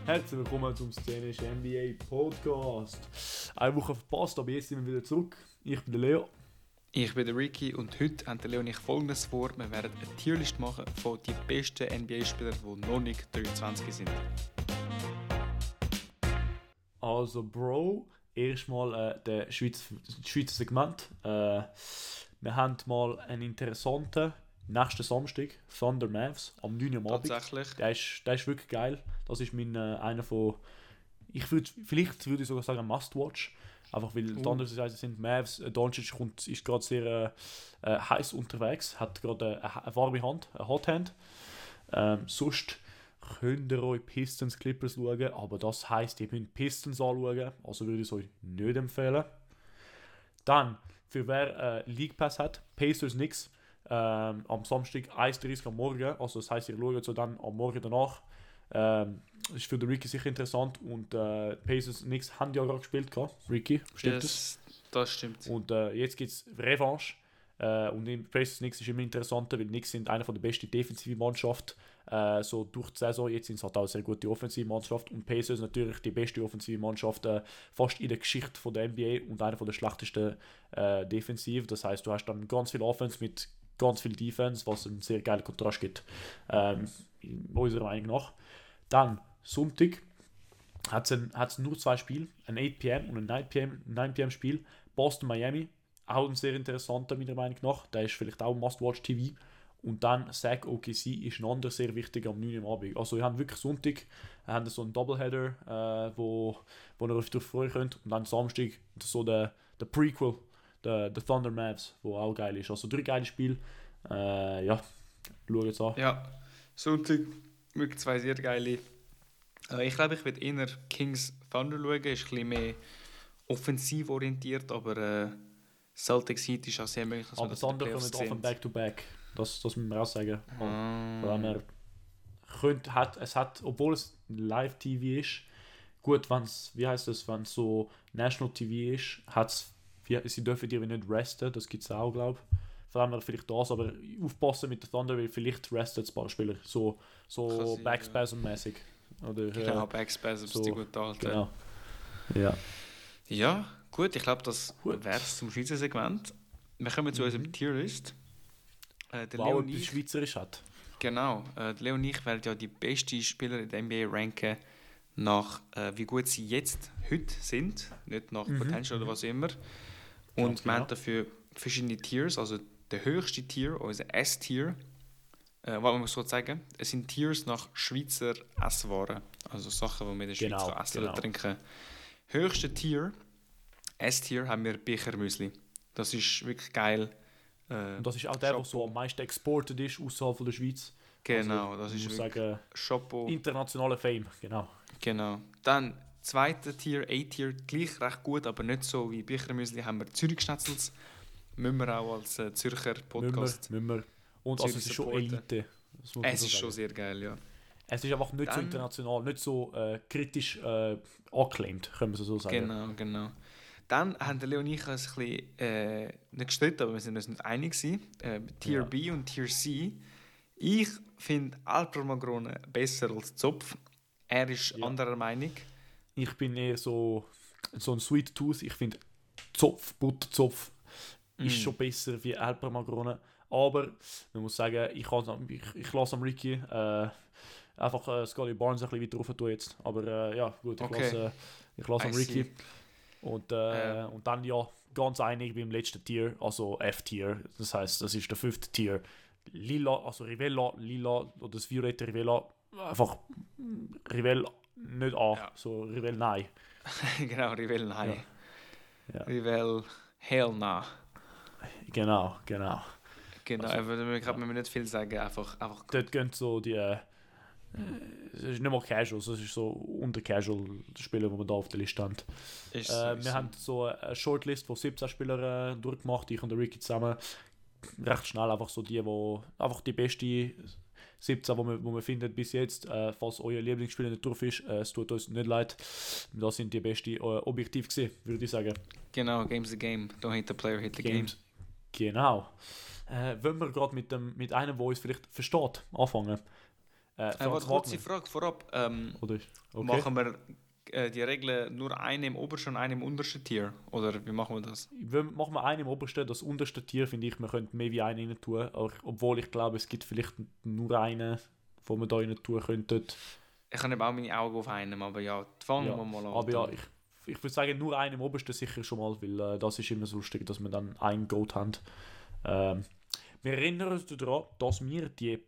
Herzlich willkommen zum Szenisch NBA Podcast. Eine Woche verpasst, aber jetzt sind wir wieder zurück. Ich bin der Leo. Ich bin der Ricky und heute haben der Leo und ich folgendes vor. Wir werden eine Tierlist machen von den besten NBA-Spielern, die noch nicht 23 sind. Also Bro, erstmal das Schweizer Segment. Wir haben mal einen interessanten nächsten Samstag, Thunder Mavs, am 9 Uhr Abend. Tatsächlich. Der ist wirklich geil. Das ist einer von, vielleicht würde ich sogar sagen, Must-Watch. Einfach weil die andere Seite sind Mavs. Doncic ist gerade sehr heiß unterwegs, hat gerade eine warme Hand, eine Hot Hand. Sonst könnt ihr euch Pistons Clippers schauen, aber das heisst, ihr müsst Pistons anschauen, also würde ich es euch nicht empfehlen. Dann, für wer League Pass hat, Pacers Knicks am Samstag 1:30 am Morgen, also das heisst, ihr schaut so dann am Morgen danach. Ist für den Ricky sicher interessant und Pacers Knicks haben ja gerade gespielt, Ricky, stimmt das? Das stimmt. Und jetzt gibt es Revanche. Und in Pacers Knicks ist immer interessanter, weil Knicks sind einer der besten defensiven Mannschaften so durch die Saison. Jetzt sind es halt auch eine sehr gute offensive Mannschaft und Pacers natürlich die beste offensive Mannschaft fast in der Geschichte von der NBA und einer der schlechtesten defensiv. Das heißt, du hast dann ganz viel Offense mit ganz viel Defense, was einen sehr geilen Kontrast gibt, unserer Meinung nach. Dann Sonntag hat es nur zwei Spiele, ein 8 p.m. und ein 9 p.m. Spiel. Boston-Miami, auch ein sehr interessanter meiner Meinung nach. Der ist vielleicht auch Must-Watch-TV. Und dann Zach OKC ist ein anderer sehr wichtiger am 9 Uhr Abend. Also wir haben wirklich Sonntag so einen Doubleheader, wo ihr euch darauf freuen könnt. Und dann Samstag so der Prequel, der Thunder Mavs, wo auch geil ist. Also 3 geile Spiele. Ja, schau jetzt an. Ja, Sonntag wirklich 2 sehr geile. Ich glaube, ich werde eher Kings Thunder schauen. Ist ein bisschen mehr offensiv orientiert, aber Celtics Heat ist auch sehr möglich, dass aber Thunder kommt auf ein Back-to-Back. Das müssen wir auch sagen. Es hat, obwohl es Live-TV ist, gut, wenn es so National TV ist, sie dürfen die nicht resten, das gibt es auch, glaube ich. Vor allem vielleicht das, aber aufpassen mit der Thunder, weil vielleicht restet ein paar Spieler. So Backspasm-mäßig. Genau, Backspasm so, ist die gute alte. Genau. Ja. Ja, gut, ich glaube, das wäre es zum Schweizer Segment. Wir kommen zu unserem Tierlist. Der Leo und ich, Schweizerisch hat. Genau, der Leo und ich werden ja die besten Spieler in der NBA ranken nach wie gut sie heute sind, nicht nach Potential oder was immer. Und wir haben dafür verschiedene Tiers, also der höchste Tier, unser S-Tier, was man so sagen, es sind Tiers nach Schweizer Esswaren, also Sachen, die man in der Schweiz essen oder trinken. Höchste Tier, S-Tier, haben wir Bechermüsli. Das ist wirklich geil. Und das ist auch der, der so am meisten exportet ist außerhalb der Schweiz. Genau, also, das ist wirklich sagen, Chapeau. Internationaler Fame, genau. Dann zweite Tier, A-Tier, gleich recht gut, aber nicht so wie Büchermüsli, haben wir Zürich-Schnetzels. Müssen wir auch als Zürcher Podcast. Müssen wir. Und also es ist schon Elite. Es ist schon sehr geil, ja. Es ist einfach nicht so international, nicht so kritisch acclaimed, können wir so sagen. Genau. Dann haben Leo und ich uns ein bisschen nicht gestritten, aber wir sind uns nicht einig gewesen. Tier B und Tier C. Ich finde Alpro-Magrone besser als Zopf. Er ist anderer Meinung. Ich bin eher so ein Sweet Tooth. Ich finde Butterzopf ist schon besser wie Alpro-Magrone. Aber man muss sagen, ich lasse am Ricky einfach Scotty Barnes ein bisschen weiter rauf tun jetzt. Aber ja, gut, ich lasse am Ricky. Und dann ja, ganz einig beim letzten Tier, also F-Tier. Das heisst, das ist der 5. Tier. Lila, also Rivella, lila oder das violette Rivella, einfach Rivella nicht an, so Rivella nein. Genau, Rivella nein. Ja. Rivella hell nah. Genau. Also, ich kann mir nicht viel sagen, einfach. Dort gehen so die, es ist nicht mal Casual, es ist so unter Casual-Spieler, die wir da auf der Liste haben. Wir haben so eine Shortlist von 17 Spielern durchgemacht, ich und der Ricky zusammen. Recht schnell einfach so einfach die beste 17, die wir finden bis jetzt. Falls euer Lieblingsspieler nicht drauf ist, es tut uns nicht leid. Das sind die besten objektiv gesehen, würde ich sagen. Genau, Game's the Game. Don't hate the player, hate the game. Genau. Wenn wir gerade mit einem, der uns vielleicht versteht, anfangen. Warte, kurze Frage vorab. Oder? Okay. Machen wir die Regeln nur eine im obersten und eine im untersten Tier? Oder wie machen wir das? Machen wir einen im obersten, das unterste Tier finde ich, wir könnten mehr wie einen rein tun. Obwohl ich glaube, es gibt vielleicht nur einen, wo wir da rein tun könnten. Ich habe eben auch meine Augen auf einem, aber ja, fangen wir mal an. Aber ja, ich würde sagen, nur einen im obersten sicher schon mal, weil das ist immer so lustig, dass wir dann einen Goat haben. Wir erinnern uns daran, dass wir die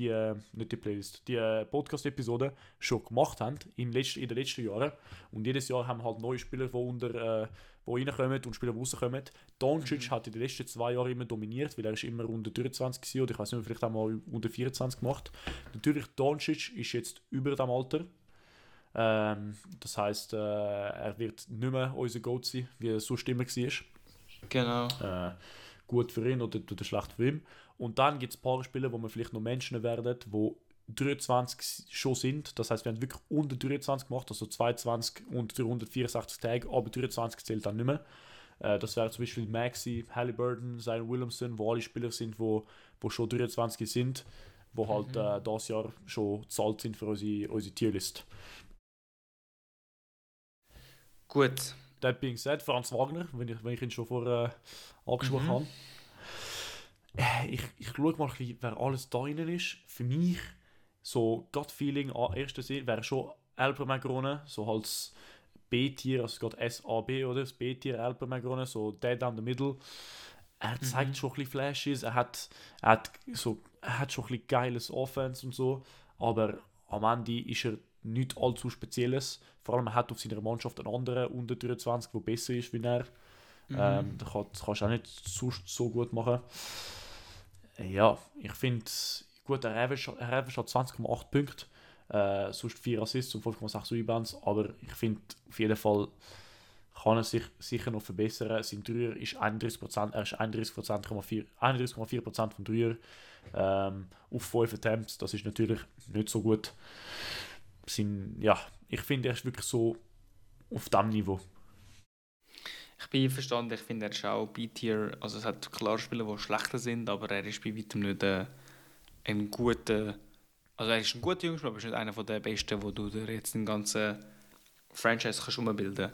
Podcast-Episode schon gemacht haben in den letzten Jahren. Und jedes Jahr haben wir halt neue Spieler, die reinkommen und Spieler, die rauskommen. Doncic hat in den letzten 2 Jahren immer dominiert, weil er ist immer unter 23 war, oder ich weiß nicht, vielleicht auch mal unter 24 gemacht. Natürlich, Doncic ist jetzt über dem Alter. Das heisst, er wird nicht mehr unser Goat sein, wie er sonst immer war. Genau. Gut für ihn oder schlecht für ihn. Und dann gibt es ein paar Spiele, wo wir vielleicht noch Menschen werden, die 23 schon sind. Das heisst, wir haben wirklich unter 23 gemacht, also 22 und 364 Tage, aber 23 zählt dann nicht mehr. Das wäre zum Beispiel Maxi, Halliburton, Zion Williamson, wo alle Spieler sind, wo schon 23 sind, die halt dieses Jahr schon gezahlt sind für unsere Tierlist. Gut. That being said, Franz Wagner, wenn ich ihn schon vorher angesprochen habe. Ich schaue mal ein bisschen, wer alles da drin ist. Für mich, so Gut-Feeling, erster Sinn, wäre schon Alper Magrone, so halt das B-Tier, also gerade SAB, oder? Das B-Tier Alper Magrone, so dead down the middle. Er zeigt schon ein bisschen Flashes, er hat schon ein bisschen geiles Offense und so, aber am Ende ist er nichts allzu Spezielles. Vor allem, er hat auf seiner Mannschaft einen anderen unter 23, der besser ist wie er. Das kannst du auch nicht so gut machen. Ja, ich finde, gut, er average hat 20,8 Punkte, sonst 4 Assists und 5,6 Rebounds, aber ich finde, auf jeden Fall kann er sich sicher noch verbessern. Sein Dreier ist 31%, er ist 31,4% vom Dreier auf 5 Attempts, das ist natürlich nicht so gut. Ich finde, er ist wirklich so auf diesem Niveau. Ich bin einverstanden, ich finde, er ist auch B-Tier. Also es hat klar Spieler, die schlechter sind, aber er ist bei weitem nicht ein guter... Also er ist ein guter Jungspieler, aber er ist nicht einer der besten, wo du dir jetzt den ganzen Franchise kannst umbilden.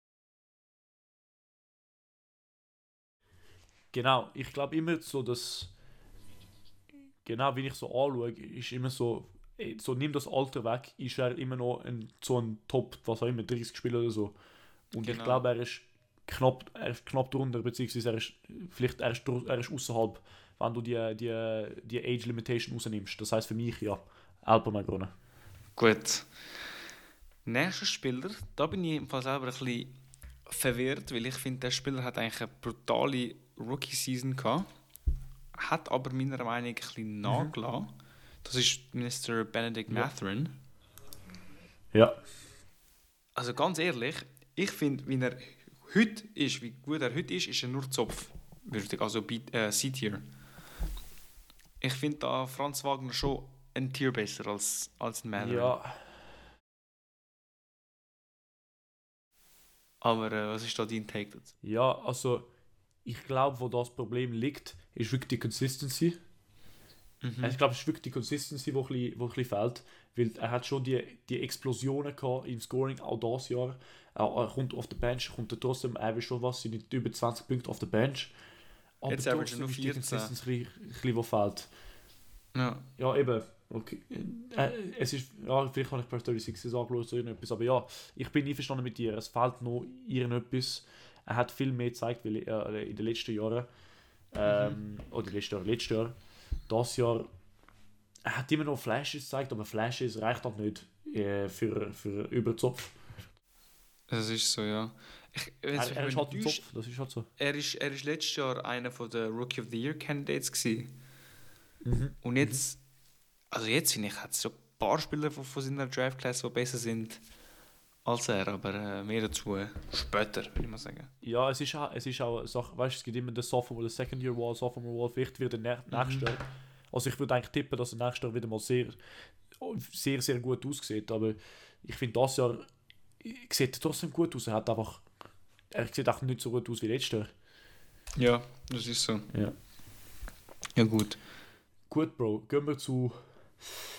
Genau, ich glaube immer so, dass... Genau, wie ich so anschaue, ist immer so nimm das Alter weg, ist er immer noch ein Top, was auch immer, 30 Spieler oder so. Und ich glaube, er ist knapp drunter, beziehungsweise er ist außerhalb, wenn du die Age Limitation rausnimmst. Das heisst für mich, ja, Alper Magrone. Gut. Nächster Spieler, da bin ich im Fall selber ein bisschen verwirrt, weil ich finde, der Spieler hat eigentlich eine brutale Rookie-Season gehabt, hat aber meiner Meinung nach ein bisschen nachgelassen. Das ist Mr. Benedict Mathurin. Ja. Also ganz ehrlich, ich finde, wie gut er heute ist er nur zopfwürdig, also C-Tier. Ich finde da Franz Wagner schon ein Tier besser als ein Mathurin. Ja. Aber was ist da dein Take dazu? Ja, also ich glaube, wo das Problem liegt, ist wirklich die Consistency. Ich glaube, es ist wirklich die Consistency, die ein bisschen fehlt. Weil er hat schon die Explosionen gehabt im Scoring, auch dieses Jahr. Er kommt auf der Bench, kommt er trotzdem, er will schon was, sind nicht über 20 Punkte auf der Bench. Aber jetzt trotzdem nur ist die 14. Consistency ein bisschen, die fehlt. Ja, eben. Okay. Es ist, ja, vielleicht habe ich per 36 angeschaut oder irgendetwas, aber ja, ich bin einverstanden mit dir. Es fehlt noch irgendetwas. Er hat viel mehr gezeigt weil in den letzten Jahren. Oder letztes Jahr. Das Jahr, er hat immer noch Flashes gezeigt, aber Flashes reicht halt nicht für Überzopf. Das ist so, ja. Er ist halt ein Zopf, das ist halt so. Er ist letztes Jahr einer der Rookie of the Year Candidates gewesen. Und jetzt, also jetzt finde ich, hat es so ein paar Spieler von seiner Draft-Class, die besser sind als er, aber mehr dazu später, würde ich mal sagen. Ja, es ist auch eine Sache, weißt du, es gibt immer den Sophomore, den Second-Year-Wall, Sophomore-Wall, vielleicht wird er nächstes Jahr, also ich würde eigentlich tippen, dass er nächstes Jahr wieder mal sehr, sehr, sehr gut aussieht, aber ich finde, das Jahr sieht er trotzdem gut aus, er sieht auch nicht so gut aus wie letztes Jahr. Ja, das ist so. Ja gut. Gut, Bro, gehen wir zu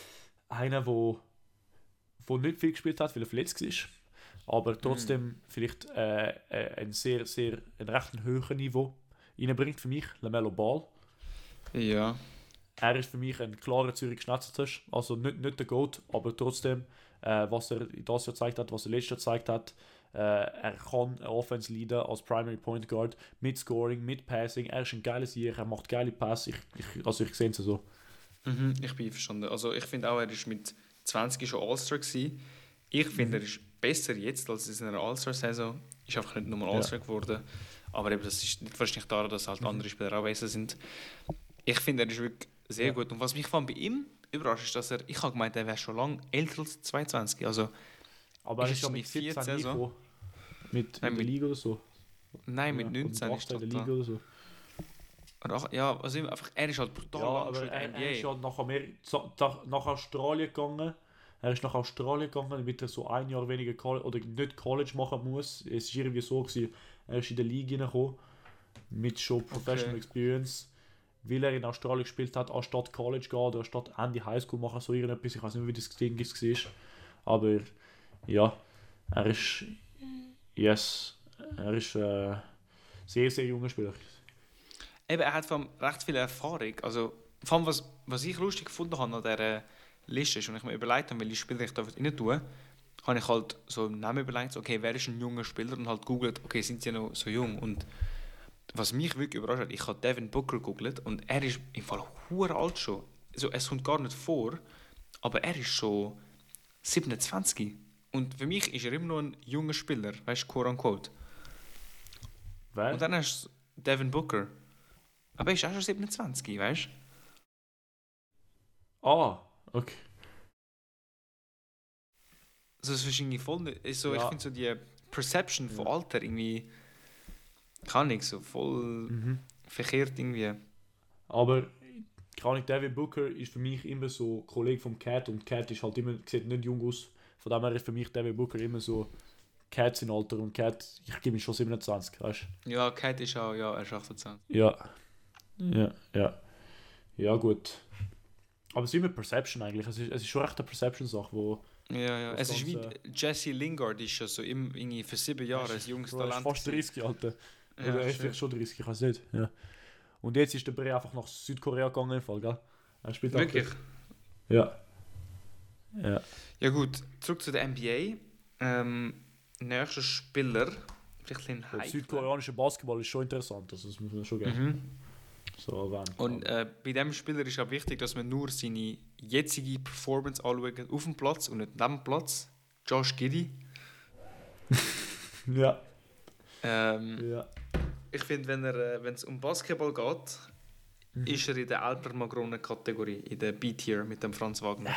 einer, der nicht viel gespielt hat, weil er verletzt war, aber trotzdem vielleicht ein ein recht hohes Niveau reinbringt für mich, LaMelo Ball. Ja. Er ist für mich ein klarer Zürich Schnetzertisch, also nicht der GOAT, aber trotzdem, was er das Jahr gezeigt hat, was er letztes Jahr gezeigt hat, er kann eine Offense leaden als Primary Point Guard, mit Scoring, mit Passing, er ist ein geiler Sieger, er macht geile Pässe, ich sehe es so. Ich bin einverstanden. Also ich finde auch, er ist mit 20 schon All-Star gewesen. Ich finde, er ist besser jetzt als in einer All-Star-Saison. Ist einfach nicht nur All-Star geworden. Aber eben, das ist nicht wahrscheinlich daran, dass halt andere Spieler auch besser sind. Ich finde, er ist wirklich sehr gut. Und was mich vor allem bei ihm überrascht, ist, dass ich habe gemeint, er wäre schon lange älter als 22. Also, aber er ist ja mit 14 so. Mit der Liga oder so. Nein, mit 19 ist er in der Liga oder so. Ja, also einfach, er ist halt brutal lang schon in der NBA. Er ist ja nach Australien gegangen. Er ist nach Australien gegangen, damit er so ein Jahr weniger oder nicht College machen muss. Es war irgendwie so gewesen, er ist in der Liga hineingekommen, mit schon Professional Experience, weil er in Australien gespielt hat, anstatt College gehen oder anstatt Ende Highschool machen, so irgendetwas. Ich weiß nicht, wie das Ding war. Aber ja, er ist sehr, sehr junger Spieler. Eben, er hat vor allem recht viel Erfahrung. Also, vor allem, was ich lustig gefunden habe an dieser Liste ist, und ich mir überlegt habe, welche Spieler ich da rein tue, habe ich halt so im Namen überlegt, okay, wer ist ein junger Spieler, und halt googelt, okay, sind sie noch so jung? Und was mich wirklich überrascht hat, ich habe Devin Booker gegoogelt und er ist im Fall hure alt schon. Also, es kommt gar nicht vor, aber er ist schon 27. Und für mich ist er immer noch ein junger Spieler, weißt du, quote unquote. Wer? Und dann hast du Devin Booker. Aber er ist auch schon 27, weißt du? Ah, okay. Also das ist irgendwie voll nicht, so, Ja. ich finde so die Perception von Alter irgendwie, kann ich so voll verkehrt irgendwie. Aber Devin Booker ist für mich immer so Kollege vom Cat, und Cat ist halt immer, sieht nicht jung aus. Von dem her ist für mich Devin Booker immer so Cat sein Alter, und Cat, ich gebe ihm schon 27, weißt du? Ja, Cat ist auch, ja, er ist 28. Ja, gut. Aber es ist immer Perception eigentlich. Es ist schon recht eine Perception-Sache, wo... Ja. Es ist wie Jesse Lingard, ist schon so irgendwie für 7 Jahre ein junges Bro, er Talent. ist fast 30, Alter. Ja, Oder er ist vielleicht schon 30, ich weiß nicht. Ja. Und jetzt ist der Bre einfach nach Südkorea gegangen, im Fall, gell? Er spielt Wirklich? Ja. Ja gut, zurück zu der NBA. Nächster Spieler, vielleicht ein Der Hype. südkoreanische Basketball ist schon interessant, also das muss man schon geben. So erwähnen. Und bei diesem Spieler ist auch wichtig, dass man nur seine jetzige Performance anschaut auf dem Platz und nicht neben dem Platz. Josh Giddey. Ja. Ich finde, wenn es um Basketball geht, ist er in der Alper-Magrone-Kategorie, in der B-Tier mit dem Franz Wagner.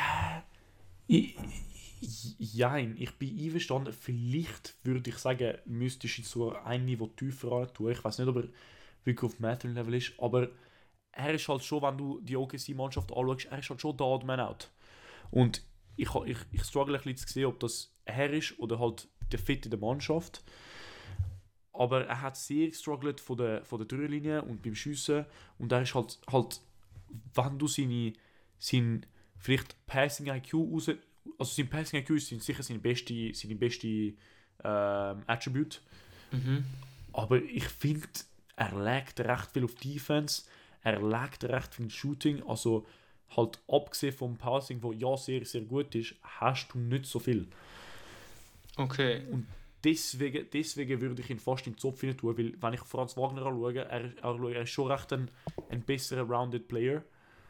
Jein, ich bin einverstanden. Vielleicht würde ich sagen, müsste ich so ein Niveau tiefer ran tun. Ich weiß nicht, ob er wirklich auf Mathurin-Level ist, aber er ist halt schon, wenn du die OKC-Mannschaft anschaust, er ist halt schon der Odd Man Out. Und ich struggle ein bisschen zu sehen, ob das er ist oder halt der Fit in der Mannschaft. Aber er hat sehr gestruggelt von der Dreierlinie und beim Schiessen. Und er ist halt wenn du sein vielleicht Passing IQ raus... Also sein Passing IQ ist sicher seine beste Attribute. Aber ich finde, er legt recht viel auf Defense, er legt recht viel Shooting, also halt abgesehen vom Passing, wo ja sehr, sehr gut ist, hast du nicht so viel. Okay. Und deswegen würde ich ihn fast in den Zopf hinein tun, weil wenn ich Franz Wagner anschaue, er ist schon recht ein besserer Rounded Player.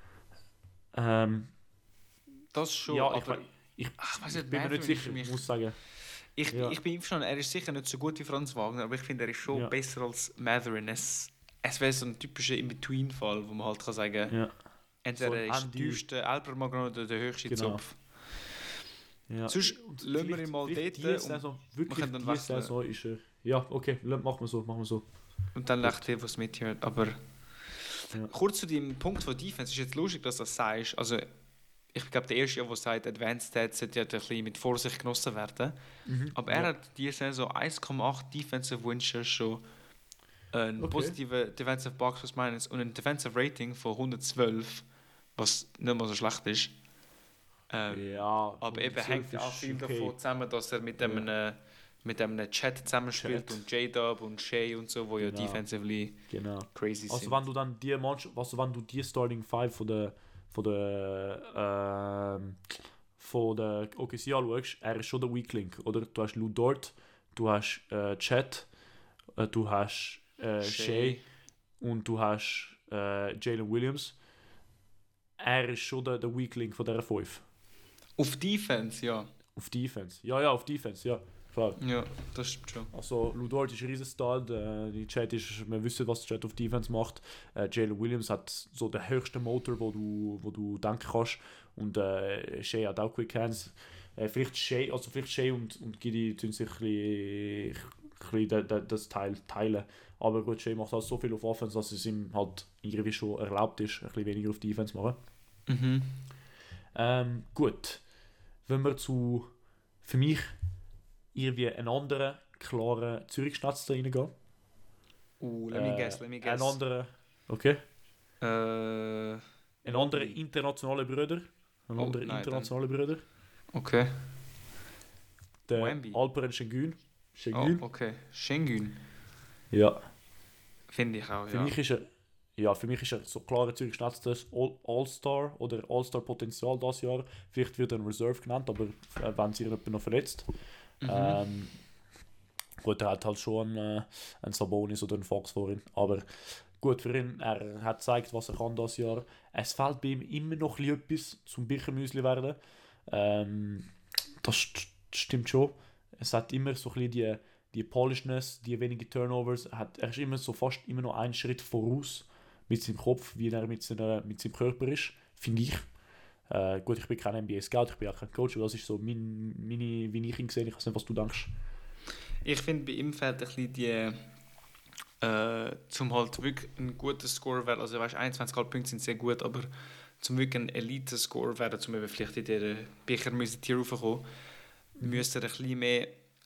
Das schon, ja, aber ich weiß nicht, bin mir nicht sicher, ich muss sagen. Ich bin schon, er ist sicher nicht so gut wie Franz Wagner, aber ich finde, er ist schon besser als Mathurin. Es wäre so ein typischer In-Between-Fall, wo man halt kann sagen, entweder er ist der tiefste Alper-Magrone oder der höchste Zopf. Ja. Sonst lassen wir ihn mal dort und können dann wechseln. Saison ist er. Ja, okay, machen wir so. Und dann lächt viel, was mithört. Aber kurz zu dem Punkt von Defense, ist jetzt lustig, dass du das sagst. Also, ich glaube, der erste, der sagt, Advanced Stats sollte ja ein bisschen mit Vorsicht genossen werden. Aber er hat diese Saison 1,8 Defensive Wins schon, einen positiven Defensive Box plus minus und ein Defensive Rating von 112, was nicht mal so schlecht ist. Ja, Aber eben hängt auch viel davon zusammen, dass er mit einem Chat zusammenspielt und J-Dub und Shay und so, wo ja defensively crazy sind. Also wenn du dann wenn du die Starting 5 von der OKC anschaust, er ist schon der Weak Link, oder? Du hast Lou Dort, du hast Chat, du hast Shay und du hast Jalen Williams. Er ist schon der Weak Link von dieser 5. Auf Defense, ja. Auf Defense. Ja, auf Defense, ja. Klar. Ja, das stimmt schon. Also Lou Dort ist ein Riesenstar, die Chat ist, wir wissen, was Chat auf Defense macht. Jalen Williams hat so den höchsten Motor, wo du denken kannst. Und Shay hat auch Quick Hands. Vielleicht Shay und Giddy tun sich ein bisschen das Teil teilen. Aber gut, Shay macht halt so viel auf Offense, dass es ihm halt irgendwie schon erlaubt ist, ein bisschen weniger auf Defense zu machen. Gut. Wenn wir für mich irgendwie einen anderen, klaren Zürich-Schnatz reingehen. Let me guess. Ein anderer, okay. Ein anderer internationaler Bruder. Bruder. Okay. Der Wemby. Alperen Şengün. Oh, okay. Şengün. Ja. Finde ich auch, Für mich ist er so klarer Zürich-Schnatz das All-Star oder All-Star-Potenzial dieses Jahr. Vielleicht wird er ein Reserve genannt, aber wenn sich jemand noch verletzt. Gut, er hat halt schon einen Sabonis oder einen Fox vor ihm. Aber gut für ihn, er hat gezeigt, was er kann dieses Jahr. Es fehlt bei ihm immer noch etwas zum Birchenmüsli werden. Das stimmt schon. Es hat immer so ein bisschen die Polishness, die wenigen Turnovers. Er ist immer so fast immer noch einen Schritt voraus mit seinem Kopf, wie er mit seinem Körper ist, finde ich. Gut, ich bin kein NBA-Scout, ich bin auch kein Coach, aber das ist so wie ich ihn sehe. Ich weiß nicht, was du denkst. Ich finde, bei ihm fehlt ein bisschen die, zum halt wirklich ein guter Score werden, also weißt, 21,5 Punkte sind sehr gut, aber zum wirklich ein Elite-Score werden, zum eben vielleicht in dieser Becher hier raufkommen, müsste er ein bisschen mehr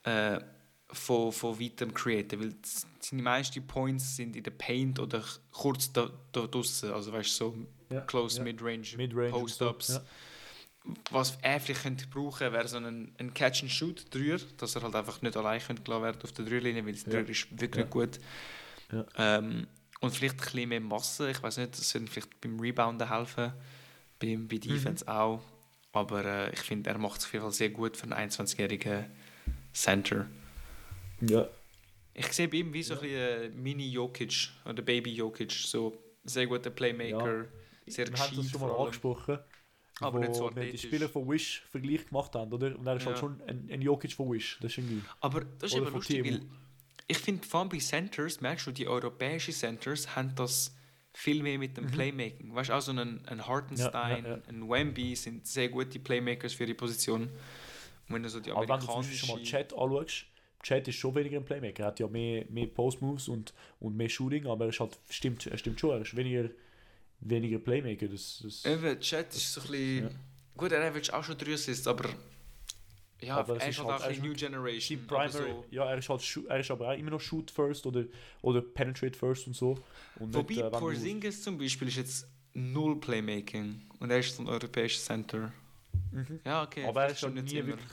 von weitem createn, weil seine meisten Points sind in der Paint oder kurz da draussen, also weißt so close, Mid-Range Post-Ups. Ja. Was er vielleicht könnte brauchen, wäre so ein Catch-and-Shoot-Dreier, dass er halt einfach nicht allein gelassen werden auf der Dreierlinie, weil das Dreier ist wirklich nicht gut. Ja. Und vielleicht ein bisschen mehr Masse, ich weiß nicht, das würde vielleicht beim Rebounden helfen, bei Defense auch, aber ich finde, er macht es auf jeden Fall sehr gut für einen 21-jährigen Center. Ja. Ich sehe bei ihm wie so ein Mini-Jokic oder Baby-Jokic, so sehr guter Playmaker, sehr gescheit. Wir haben das schon mal angesprochen, aber nicht so athletisch. Die Spieler von Wish Vergleich gemacht haben, oder? Und er ist halt schon ein Jokic von Wish, das ist irgendwie. Aber das ist immer lustig, weil ich finde, vor allem bei Centers, merkst du, die europäischen Centers haben das viel mehr mit dem Playmaking. Weißt du, auch so ein Hartenstein, ein Wemby sind sehr gute Playmakers für ihre Position. Und wenn du so die amerikanische... Aber wenn du schon mal Chat anschaust, Chat ist schon weniger ein Playmaker. Er hat ja mehr Post-Moves und mehr Shooting, aber er stimmt schon, er ist weniger Playmaker. Eben, Chat ist so ein bisschen... Gut, er hat auch schon 3 Assists, aber... Ja, aber er ist halt auch eine New Generation. So. Ja, er ist aber auch immer noch Shoot First oder Penetrate First und so. Und wobei Porzingis zum Beispiel ist jetzt null Playmaking und er ist so ein europäischer Center. Ja, okay. Aber er ist schon nie wirklich...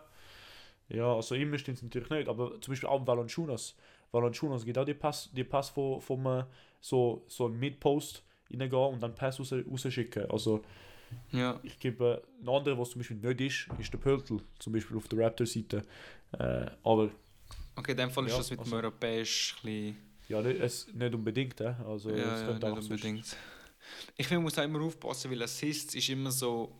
Ja, also immer stimmt es natürlich nicht, aber zum Beispiel auch Valanciunas. Valanciunas geht auch die Pass vom so ein Mid-Post reingehen und dann Pass rausschicken. Also ich gebe einen anderen, was zum Beispiel nicht ist der Pöltl, zum Beispiel auf der Raptor-Seite. Aber okay, in dem Fall ist das mit dem Europäisch ein bisschen... Ja, nicht unbedingt. Also, ja, nicht unbedingt. Ich finde, man muss auch immer aufpassen, weil Assists ist immer so...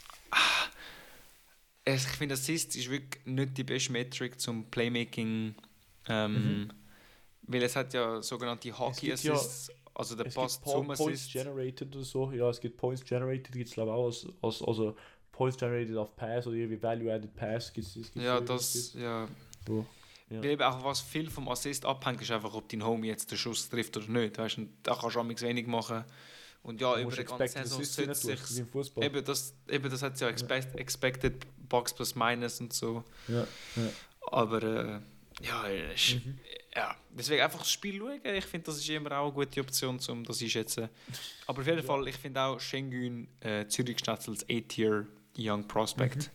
Ich finde, Assists ist wirklich nicht die beste Metrik zum Playmaking, weil es hat ja sogenannte Hockey-Assists, also der Pass zum Assist. Points generated oder so, ja, es gibt Points generated, gibt es glaube ich auch also Points generated auf Pass oder irgendwie Value-Added Pass gibt's ja, das, ja. So. Ja. Weil eben auch was viel vom Assist abhängt, ist einfach, ob dein Homie jetzt den Schuss trifft oder nicht, weißt du, da kannst du amigs wenig machen. Und ja, über die ganze Saison sollte sich... Eben, das hat ja Expected Box plus Minus und so. Ja. Aber ja, deswegen einfach das Spiel schauen. Ich finde, das ist immer auch eine gute Option, um das einschätzen. Aber auf jeden Fall, ich finde auch Şengün Zürich-Schnatz als A-Tier Young Prospect.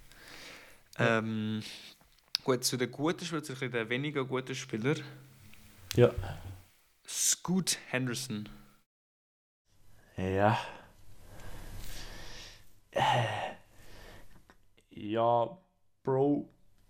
Gut, zu den guten Spielern, zu den weniger guten Spielern. Ja. Scoot Henderson. Ja. Ja, Bro.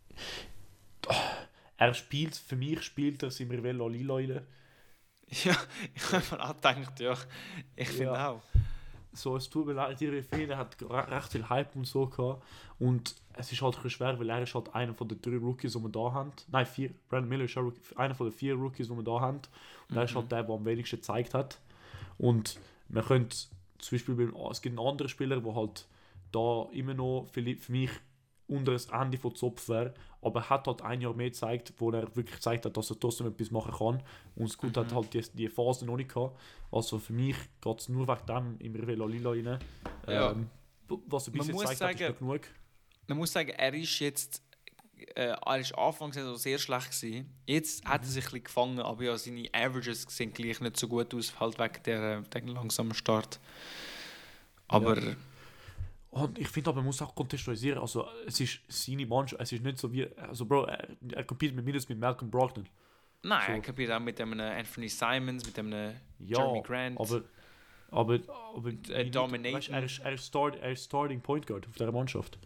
Für mich spielt er Simirvello Lila rein. Ja, ich habe mir auch gedacht, ja, ich finde Ja. auch. So, es tut mir leid, ihre Fehler hat recht viel Hype und so gehabt. Und es ist halt ein bisschen schwer, weil er ist halt einer von den 3 Rookies, die wir da haben. Nein, 4. Brandon Miller ist einer von den 4 Rookies, die wir da haben. Und er ist halt der, der am wenigsten gezeigt hat. Und man könnte zum Beispiel, es gibt einen anderen Spieler, der halt da immer noch für mich unter das Ende von Zopf wäre, aber er hat halt ein Jahr mehr gezeigt, wo er wirklich gezeigt hat, dass er trotzdem etwas machen kann. Und Scoot hat halt die Phase noch nicht gehabt. Also für mich geht es nur wegen dem in Rivella Lila rein. Ja. Was er bis jetzt gezeigt hat, ist noch genug. Man muss sagen, er ist jetzt er ist anfangs also sehr schlecht gewesen. Jetzt hat er sich ein bisschen gefangen, aber ja, seine Averages sehen gleich nicht so gut aus, halt wegen der langsamen Start. Aber ja. Und ich finde aber, man muss auch kontextualisieren, also es ist seine Mannschaft, es ist nicht so wie, also Bro, er competet mindestens mit Malcolm Brogdon. nein, so. Er competet auch mit einem Anthony Simons, mit einem Ja, Jeremy Grant. aber Dominating. Weißt, er ist Starting Point Guard auf dieser Mannschaft.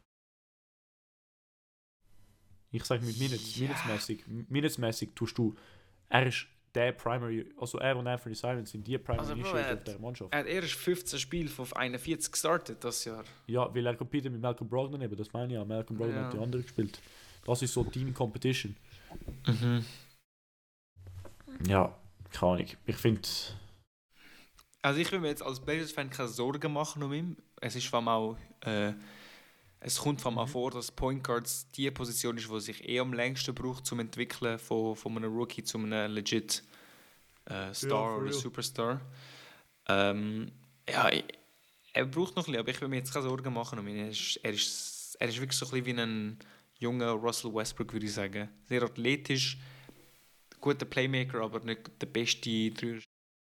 Ich sage mit Minutes-mäßig tust du, er ist der Primary, also er und Anthony Simons sind die Primary Initiator auf der Mannschaft. Er hat erst 15 Spiele von 41 gestartet das Jahr. Ja, weil er competet mit Malcolm Brogdon eben, das meine ich ja. Malcolm Brogdon hat die andere gespielt. Das ist so Team Competition. Ja, keine Ahnung. Ich finde... Also ich will mir jetzt als Blazers-Fan keine Sorgen machen um ihn. Es ist vor allem auch... es kommt vor allem auch vor, dass Point Guards die Position ist, die sich am längsten braucht zum Entwickeln von einem Rookie zu einem legit Star oder Superstar. Ja, er braucht noch ein bisschen, aber ich will mir jetzt keine Sorgen machen um ihn. Er ist wirklich so ein bisschen wie ein junger Russell Westbrook, würde ich sagen. Sehr athletisch, guter Playmaker, aber nicht der beste Dreier.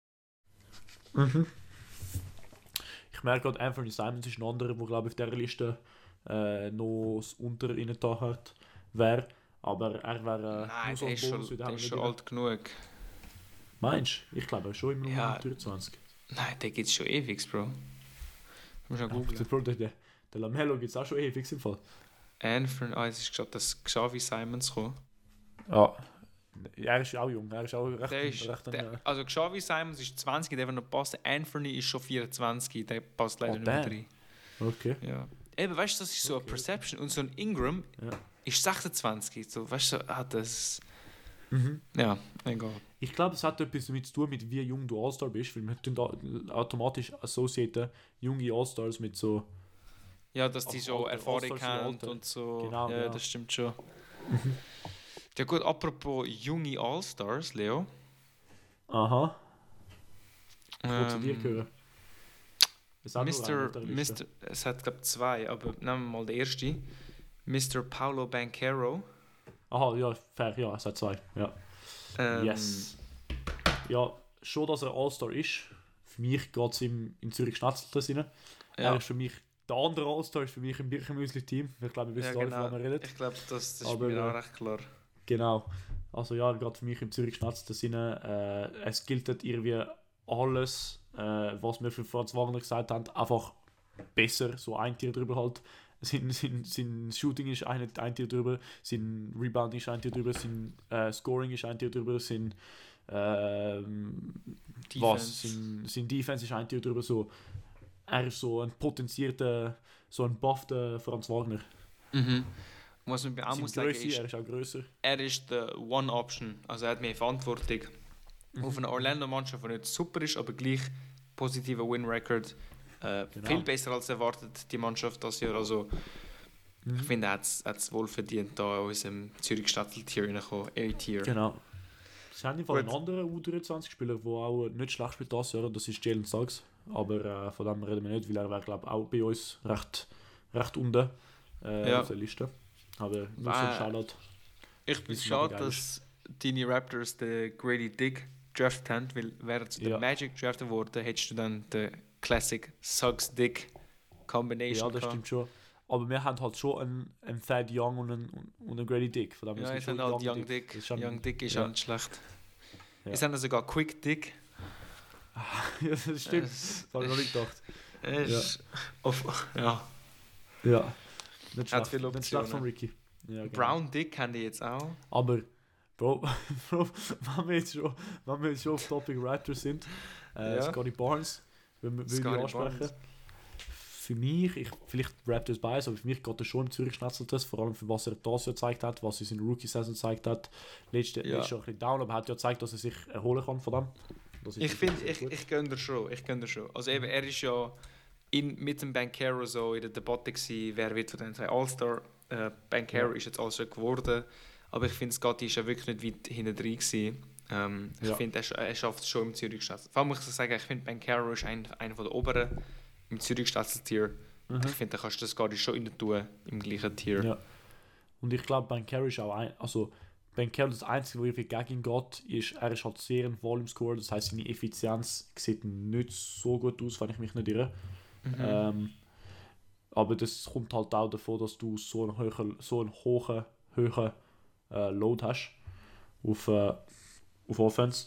Ich merke gerade, Anthony Simons ist ein anderer, der glaube ich auf dieser Liste noch unter ihnen da hat, wäre. Aber er wäre nein, der ist schon alt genug. Meinst du? Ich glaube schon immer ja, 23. Nein, der gibt es schon ewig, Bro. Muss schon googeln. Der Lamello gibt es auch schon ewig im Fall. Anthony, es ist gerade das Xavi Simons gekommen. Ja. Er ist auch jung, er ist auch recht... Also Xavi Simons ist 20, der noch passt. Anthony ist schon 24, der passt leider nicht mehr rein. Okay. Ja. Eben, weißt du, das ist so eine Perception. Und so ein Ingram ist 26. So, weißt du, hat das... Ja, egal. Ich glaube, es hat etwas damit zu tun, mit wie jung du All-Star bist, weil wir tun automatisch associaten junge All-Stars mit so... Ja, dass die so Erfahrung haben und so. Genau, ja, das stimmt schon. Ja gut, apropos junge All-Stars, Leo. Aha. Ich wollte zu dir hören. Es hat glaube ich 2, aber nehmen wir mal den ersten. Mr. Paolo Banchero. Aha, ja, fair, ja, es hat 2, ja. Yes. Ja, schon, dass er All-Star ist. Für mich geht es in Zürich Schnetzelten rein. Ja. Er ist für mich, der andere All-Star ist für mich im Birchenmüsli-Team. Ich glaube, wir wissen alle, von wem er redet. Ich glaube, das ist mir auch recht klar. Genau. Also ja, er geht für mich im Zürich Schnetzelten rein. Es gilt irgendwie alles, was wir für Franz Wagner gesagt haben, einfach besser, so ein Tier drüber halt. Sein Shooting ist ein Tier drüber, sein Rebound ist ein Tier drüber, sein Scoring ist ein Tier drüber, sein Defense ist ein Tier drüber. So. Er ist so ein potenzierter, so ein buffter Franz Wagner. Was man auch muss sagen, er ist auch grösser. Er ist der One-Option, also er hat mehr Verantwortung. Auf einer Orlando-Mannschaft, die nicht super ist, aber gleich positiver Win-Record. Genau. Viel besser als erwartet die Mannschaft das Jahr. Also, ich finde, er hat es wohl verdient, da in unserem Zürich-Stadtel-Tier reinkommen. A-Tier. Genau. Sie haben einen anderen U23-Spieler, der auch nicht schlecht spielt das Jahr, das ist Jalen Suggs. Aber von dem reden wir nicht, weil er wäre, glaube ich, auch bei uns recht unten auf der Liste. Aber nur so ein Shoutout. Ich bin schade, dass deine Raptors den Grady Dick draftet haben, weil wäre zu der Magic draftet worden, hättest du dann den Classic Suggs Dick Combination. Ja, das stimmt schon. Aber wir haben halt schon einen Thad Young und einen Grady Dick. Von dem Ja, es ich schon habe halt Young Dick. Young Dick ist auch nicht schlecht. Ja. Ich habe sogar Quick Dick. Ja, das stimmt. Das habe ich noch nicht gedacht. Ja. Nicht Hat schlecht. viele Nicht schlecht von Optionen. Ricky. Ja, genau. Brown Dick haben die jetzt auch. Aber, Bro, wenn wir jetzt schon auf Topic Raptors sind, Scotty Barnes, würde ich ansprechen. Barnes. Für mich, vielleicht Raptors Bias, aber für mich geht er schon im Zürich-Schnetzeltest, vor allem für was er das Jahr gezeigt hat, was er in seiner Rookie-Saison gezeigt hat. Letztes Jahr ein bisschen down, aber er hat ja gezeigt, dass er sich erholen kann von dem. Ich finde, ich gönne dir schon. Also eben, er ist ja mit dem Banchero so in der Debatte gewesen, wer wird von den zwei All-Star. Banchero ist jetzt All-Star geworden, aber ich finde, Scotty ist ja wirklich nicht weit hinten drin gewesen. Ich finde, er schafft es schon im Zürich-Schnetzel. Vor allem muss ich sagen, ich finde, Banchero ist einer von der oberen im Zürich-Schnetzel-Tier. Ich finde, da kannst du das gar nicht schon rein tun im gleichen Tier. Ja. Und ich glaube, Banchero ist auch Banchero, das Einzige, wo irgendwie gegen ihn geht, ist, er ist halt sehr ein Volume-Scorer, das heisst, seine Effizienz sieht nicht so gut aus, wenn ich mich nicht irre. Aber das kommt halt auch davon, dass du so einen hohen Load hast auf Offense.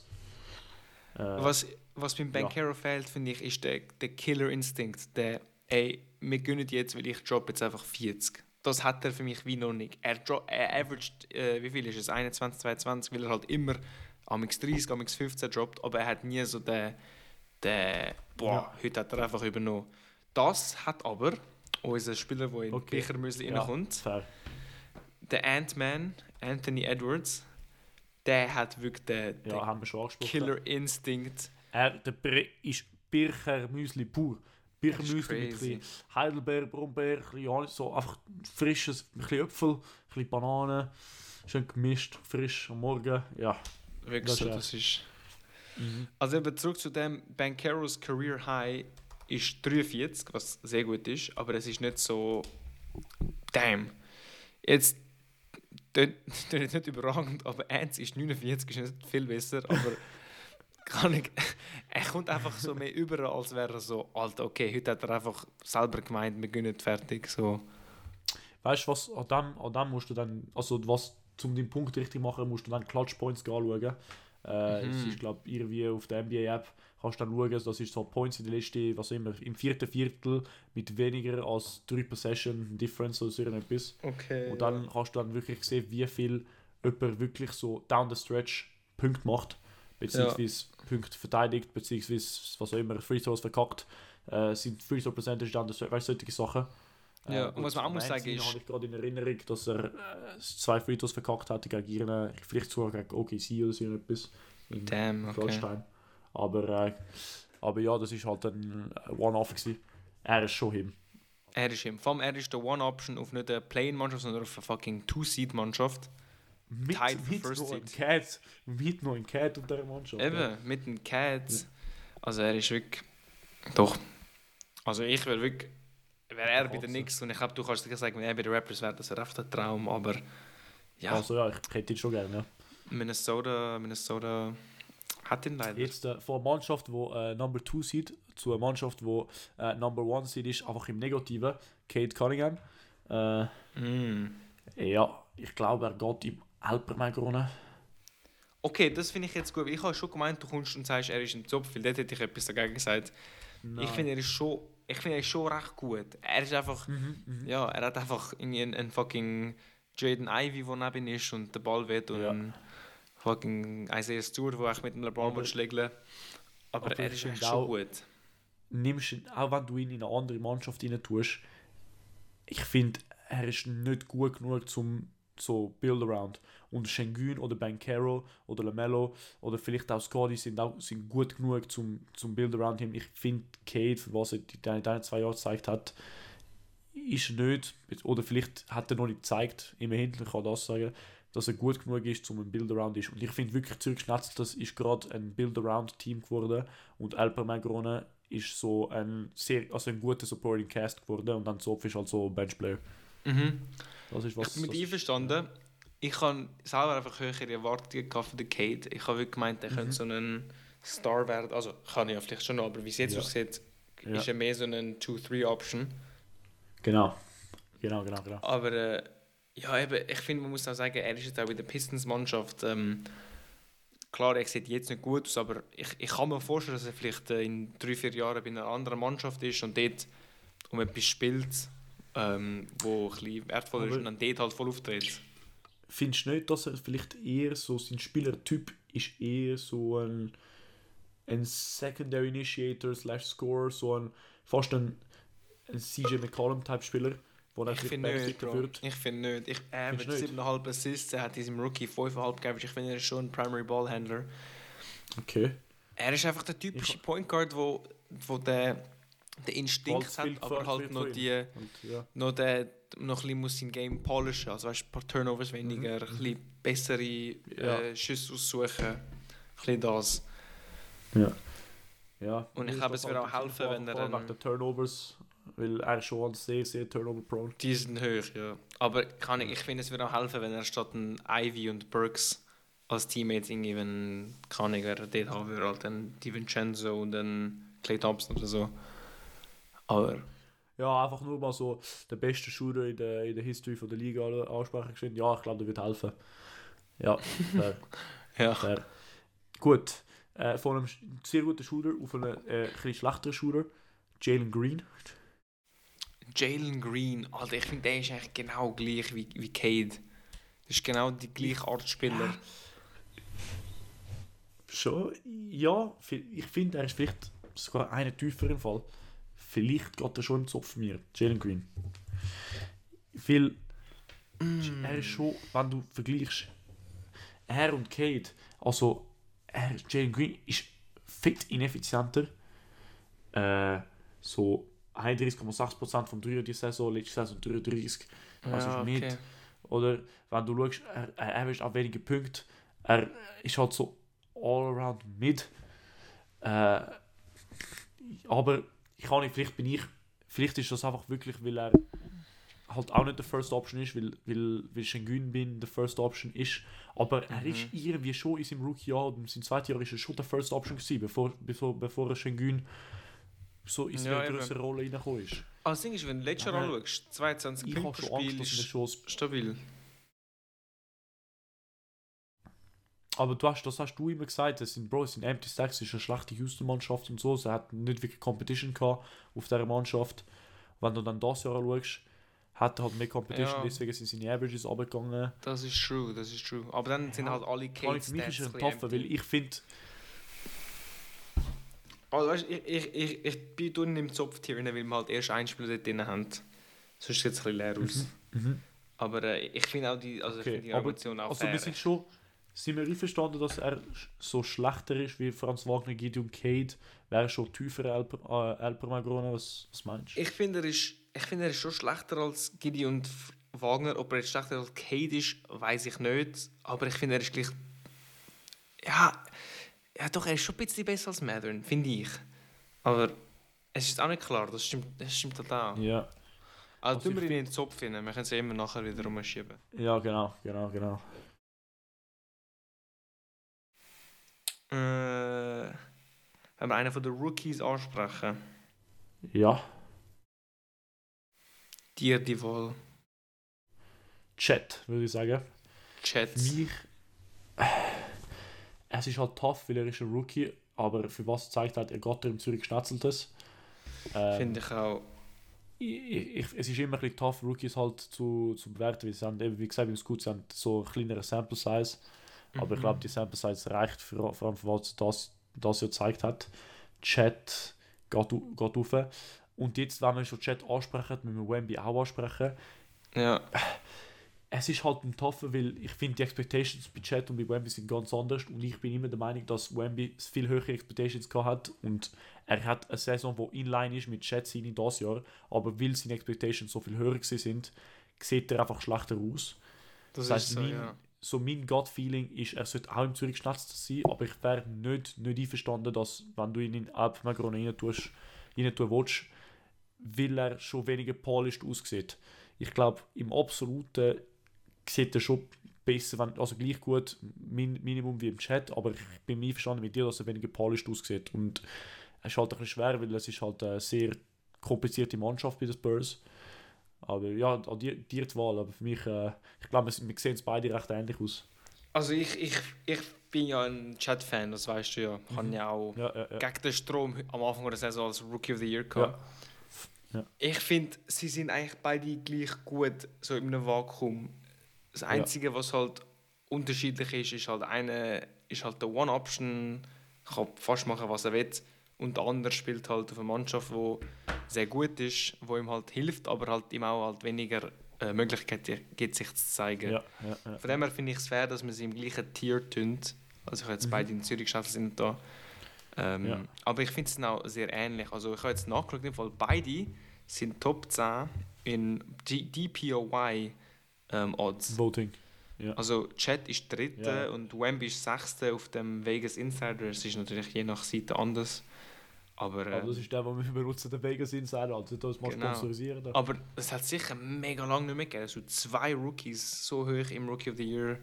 Was beim Banchero fehlt, finde ich, ist der Killer-Instinkt. Wir gönnen jetzt, weil ich droppe jetzt einfach 40. Das hat er für mich wie noch nicht. Er averaged, wie viel ist es? 21, 22, weil er halt immer amix 30, amix 15 droppt, aber er hat nie so heute hat er einfach übernommen. Das hat aber unser Spieler, der in Bechermüsli reinkommt, der Ant-Man, Anthony Edwards, der hat wirklich den Killer-Instinkt. Der ist Birchermüsli pur. Birchermüsli mit ein bisschen Heidelbeer, Brombeer, so einfach frisches, ein bisschen Äpfel, ein bisschen Bananen, schön gemischt, frisch am Morgen. Ja, wirklich so, das ist... Also eben zurück zu dem, Bancheros Career High ist 43, was sehr gut ist, aber es ist nicht so... Damn. Jetzt... Das ist nicht überragend, aber Ants ist 49, ist nicht viel besser, aber... Er kommt einfach so mehr über, als wäre er so, Alter, okay, heute hat er einfach selber gemeint, wir gehen nicht fertig, so. Weißt du was, an dem musst du dann, also was zum den Punkt richtig machen, musst du dann Clutch Points anschauen. Es ist, glaube ich, irgendwie auf der NBA-App, kannst du dann schauen, das ist so Points in der letzten, was immer, im vierten Viertel mit weniger als 3 Possession Difference oder so etwas. Okay, und dann kannst du dann wirklich sehen, wie viel jemand wirklich so down the stretch Punkte macht. Beziehungsweise Punkte verteidigt, beziehungsweise was auch immer, Free Throws verkackt, sind Free Throw Percentage dann, weißt du, solche Sachen. Ja, und was man auch muss sagen ist... habe ich gerade in Erinnerung, dass er 2 Free Throws verkackt hatte gegen ihren, vielleicht sogar gegen OKC oder so etwas. Damn, okay. Aber ja, das ist halt ein One-Off gewesen. Er ist schon him. Vor allem, er ist der One-Option auf nicht eine Play-In-Mannschaft, sondern auf eine fucking Two-Seed-Mannschaft. Mit noch ein Cat und der Mannschaft. Eben, mit einem Cat. Also er ist wirklich... Doch. Also ich wäre wirklich... Wäre er bei den Knicks und ich glaube, du kannst dir sagen, wenn er bei den Raptors wäre, das wäre einfach ein Traum, aber... Ja. Also ja, ich hätte ihn schon gerne, ja. Minnesota hat ihn leider. Jetzt von einer Mannschaft, die Number 2 sieht, zu einer Mannschaft, die Number 1 sieht, ist einfach im Negativen. Cade Cunningham. Ja, ich glaube, er geht im Alpermann. Okay, das finde ich jetzt gut. Ich habe schon gemeint, du kommst und sagst, er ist im Zopf, weil dort hätte ich etwas dagegen gesagt. Nein. Ich finde, er ist schon recht gut. Er ist einfach, ja, er hat einfach einen fucking Jaden Ivey, der neben ihm ist und den Ball weht und einen fucking Isaiah Stewart, der mit dem LeBron schlägt. Aber er ist echt schon gut. Nimmst ihn, auch wenn du ihn in eine andere Mannschaft rein tust, ich finde, er ist nicht gut genug zum so Build-Around. Und Şengün oder Banchero oder LaMelo oder vielleicht auch Scotty sind gut genug zum Build-Around him. Ich finde, Cade, für was er in den 2 Jahren gezeigt hat, ist nicht, oder vielleicht hat er noch nicht gezeigt, immerhin, ich kann das sagen, dass er gut genug ist, zum ein Build-Around ist. Und ich finde wirklich, Zürich-Schnetzel, das ist gerade ein Build-Around-Team geworden und Alpermann ist so ein guter Supporting Cast geworden und dann Zopf ist halt so Benchplayer. Das ist was. Ich bin mit einverstanden. Ich habe selber einfach höhere Erwartungen für den Cade. Ich habe wirklich gemeint, er könnte so ein Star werden. Also kann ich ja vielleicht schon noch, aber wie es jetzt aussieht, ist er mehr so eine 2-3-Option. Genau. Genau. Aber ja, eben, ich finde, man muss auch sagen, er ist jetzt auch in der Pistons-Mannschaft. Klar, er sieht jetzt nicht gut aus, aber ich kann mir vorstellen, dass er vielleicht in 3-4 Jahren bei einer anderen Mannschaft ist und dort um etwas spielt, wo ein bisschen wertvoll ist Aber und dann dort halt voll auftritt. findest du nicht, dass er vielleicht eher so, sein Spielertyp ist eher so ein Secondary Initiator slash Scorer, so fast ein CJ McCollum-Type-Spieler, wo er Ich vielleicht finde nicht, backficken Bro. wird? Ich finde nicht. Er mit Findest du nicht? 7,5 Assists, er hat diesem Rookie 5,5 Average. Ich finde, er ist schon ein Primary Ballhandler. Okay. Er ist einfach der typische Point Guard, wo der Instinkt hat, aber halt noch die... Und, ja. noch ein bisschen muss sein Game polishen, also weißt, ein paar Turnovers weniger, ein bisschen bessere Schüsse aussuchen, ein bisschen das. Ja. Und ich glaube, es wird auch helfen, wenn er dann... Nach den Turnovers, weil er schon sehr, sehr Turnover-prone. Die sind hoch, ja. Aber ich finde, es wird auch helfen, wenn er statt ein Ivy und Burks als Teammates irgendwie, wenn wer dort haben würde, halt dann die Vincenzo und dann Klay Thompson oder so. Aber... Ja, einfach nur mal so der beste Shooter in der History von der Liga ansprechen geschehen. Ja, ich glaube, der wird helfen. Ja, fair. ja. Fair. Gut. Von einem sehr guten Shooter auf einen etwas schlechteren Shooter. Jalen Green. Jalen Green, Alter, ich finde, der ist eigentlich genau gleich wie Cade. Das ist genau die gleiche Art Spieler. Schon, ja. Ich finde, er ist vielleicht sogar einen tieferen Fall. Vielleicht geht er schon in Zopf mir, Jalen Green. Weil er ist schon, wenn du vergleichst, er und Cade, also Jalen Green ist fit ineffizienter. So 31,6% vom Dreier die Saison, letzte Saison 33. Also Ja, ist nicht. okay. Oder wenn du schaust, er averagt auch wenige Punkte. Er ist halt so all around mid. Aber ich kann nicht, vielleicht ist das einfach wirklich, weil er halt auch nicht der First Option ist, weil Şengün Bin der First Option ist. Aber er ist irgendwie schon in seinem Rookie-Jahr und in seinem zweiten Jahr ist er schon der First Option gewesen, bevor er Şengün so in seine größere Rolle reingekommen ist. Aber das Ding ist, wenn du letztes Jahr anschaust, 22 Punkte pro Spiel ist stabil. Aber das hast du immer gesagt, es sind Empty Stacks ist eine schlechte Houston-Mannschaft und so. Sie hat nicht wirklich Competition gehabt auf dieser Mannschaft. Wenn du dann das Jahr schaust, hat er halt mehr Competition, deswegen sind seine Averages runtergegangen. Das ist true. Aber dann sind halt alle Cade-Stats für mich ist er ein Tafel, weil ich finde... Also weißt, ich bin unten im Zopf-Tier, weil wir halt erst ein Spiel dort drin haben. Sonst sieht es ein bisschen leer aus. Aber ich finde auch die Argumentation auch fair. Also sind wir einverstanden, dass er so schlechter ist wie Franz Wagner, Gideon Cade? Wäre schon tiefer Alper Magrone? Was meinst du? Ich finde, er ist schon schlechter als Gideon Wagner. Ob er jetzt schlechter als Cade ist, weiß ich nicht. Aber ich finde, er ist gleich... Ja, doch, er ist schon ein bisschen besser als Mathern, finde ich. Aber es ist auch nicht klar, das stimmt halt auch. Ja. Also tun wir ihn in den Zopf finden, wir können es immer nachher wieder rumschieben. Ja, genau. Wenn wir einen von den Rookies ansprechen. Ja. Dir die Wahl. Chat, würde ich sagen. Chat. Für mich... Es ist halt tough, weil er ist ein Rookie, aber für was zeigt halt, er geht im Zürich Schnetzeltes. Finde ich auch. Es ist immer ein bisschen tough, Rookies halt zu bewerten, weil sie haben, eben, wie gesagt, beim Scout, sie haben so eine kleinere Sample Size. Aber ich glaube, die Sample Size reicht vor allem für was das ja gezeigt hat. Chat geht rauf. Und jetzt, wenn wir schon Chat ansprechen, müssen wir Wemby auch ansprechen. Ja. Es ist halt ein Tougher, weil ich finde, die Expectations bei Chat und bei Wemby sind ganz anders. Und ich bin immer der Meinung, dass Wemby viel höhere Expectations gehabt hat. Und er hat eine Saison, die inline ist mit Chat in das Jahr. Aber weil seine Expectations so viel höher sind, sieht er einfach schlechter aus. Das heißt, mein Gut-Feeling ist, er sollte auch im Zürich Schnetzel sein. Aber ich wäre nicht einverstanden, dass, wenn du ihn in Alpmagrone rein tun willst, weil er schon weniger polished aussieht. Ich glaube, im Absoluten sieht er schon besser, also gleich gut, Minimum wie im Chat, aber ich bin einverstanden mit dir, dass er weniger polished aussieht. Und es ist halt ein bisschen schwer, weil es ist halt eine sehr komplizierte Mannschaft bei den Spurs. Aber ja, auch die Wahl. Aber für mich, ich glaube, wir sehen es beide recht ähnlich aus. Also ich bin ja ein Chat-Fan, das weißt du ja. Ich habe ja auch Ja. gegen den Strom am Anfang der Saison als Rookie of the Year Ja. gehabt. Ja. Ich finde, sie sind eigentlich beide gleich gut, so in einem Vakuum. Das Einzige, was halt unterschiedlich ist halt eine ist halt der One-Option, kann fast machen, was er will. Und der andere spielt halt auf eine Mannschaft, die sehr gut ist, wo ihm halt hilft, aber halt ihm auch halt weniger Möglichkeiten gibt, sich zu zeigen. Ja. Von dem her finde ich es fair, dass man sie im gleichen Tier tun. Also ich habe jetzt beide in Zürich geschafft, sind da. Aber ich finde es auch sehr ähnlich. Also ich habe jetzt nachgeschaut, im Fall beide sind Top 10 in DPOY Odds. Voting. Ja. Also Chat ist dritte und Wemby ist sechste auf dem Vegas Insider. Es ist natürlich je nach Seite anders. Aber das ist der, den wir benutzen, der Vegas Insider. Also das mal sponsorisieren. Da. Aber es hat sicher mega lange nicht mehr gegeben, dass du 2 Rookies so hoch im Rookie of the Year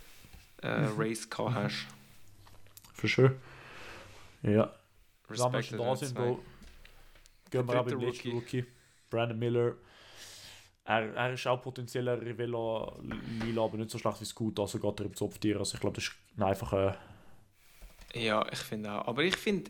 Race gehabt hast. For sure. Ja. Respekt Wenn wir da sind, Bro, gehen wir auch beim letzten Rookie. Brandon Miller. Er ist auch potenzieller Rivella Lila, aber nicht so schlecht wie Scoot, also geht er im Zopftier. Also ich glaube, das ist einfach... Ja, ich finde auch. Aber ich finde,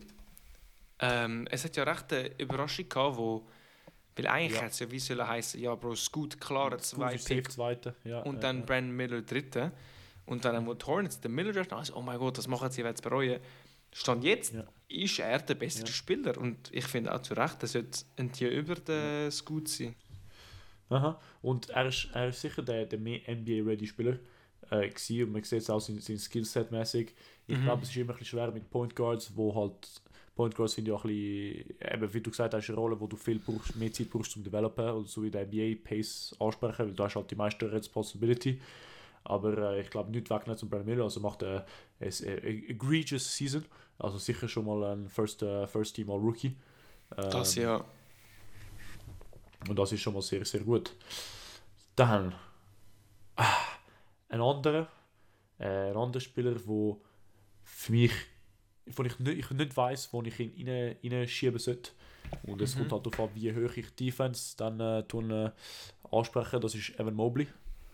es hat ja recht eine Überraschung gehabt, weil eigentlich hätte es ja wie sollen heißen, ja Bro, Scoot klarer Zweite. Ja, und dann Brandon Miller dritte. Und dann, wo die Hornets den Miller draft, also, oh mein Gott, das machen sie jetzt bereuen. Stand jetzt ist er der bessere Spieler und ich finde auch zu Recht, er sollte ein Tier über den Scoot sein. Aha. Und er ist sicher der mehr NBA-Ready-Spieler gewesen und man sieht es auch sein Skillset-mäßig. Ich glaube, es ist immer ein bisschen schwer mit Point Guards, wo halt Point Guards sind ja auch ein bisschen, eben, wie du gesagt hast, eine Rolle, wo du mehr Zeit brauchst zum Developen oder so wie der NBA-Pace ansprechen, weil du hast halt die meiste Responsibility. Aber ich glaube, nicht wegnehmen zum Brandon Miller, also macht er eine egregious Season, also sicher schon mal ein First Team All-Rookie. Das ja. Und das ist schon mal sehr, sehr gut. Dann ein anderer Spieler, der für mich, von ich nicht weiss, wo ich ihn reinschieben sollte. Und es kommt halt darauf an, wie hoch ich Defense dann anspreche. Das ist Evan Mobley.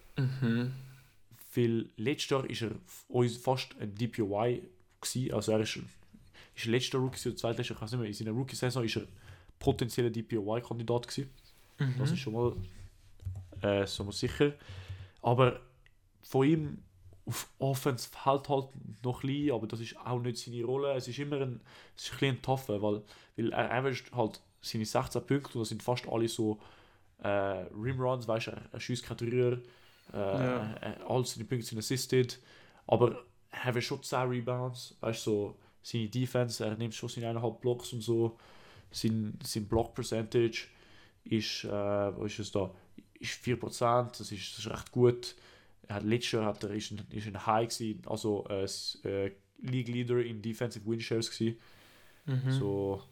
Weil letztes Jahr war er fast ein DPOY gewesen. Also er ist letztes Jahr Rookie oder zweitletztes Jahr, ich weiß nicht mehr, in seiner Rookie-Saison ist er potenzieller DPOY-Kandidat gewesen. Das ist schon mal sicher. Aber von ihm auf Offense fällt halt noch ein bisschen, aber das ist auch nicht seine Rolle. Es ist immer ein bisschen tougher, weil er averaged halt seine 16 Punkte und das sind fast alle so Rimruns, weißt du, er schießt kein Dreier, all seine Punkte sind assisted, aber er hat schon 10 Rebounds, weißt du, so seine Defense, er nimmt schon seine 1,5 Blocks und so, sein Block-Percentage ist, wo ist es da? Ist 4%, das ist recht gut. Letztes Jahr ist ein High gewesen, also League Leader in Defensive Win Shares gewesen. So,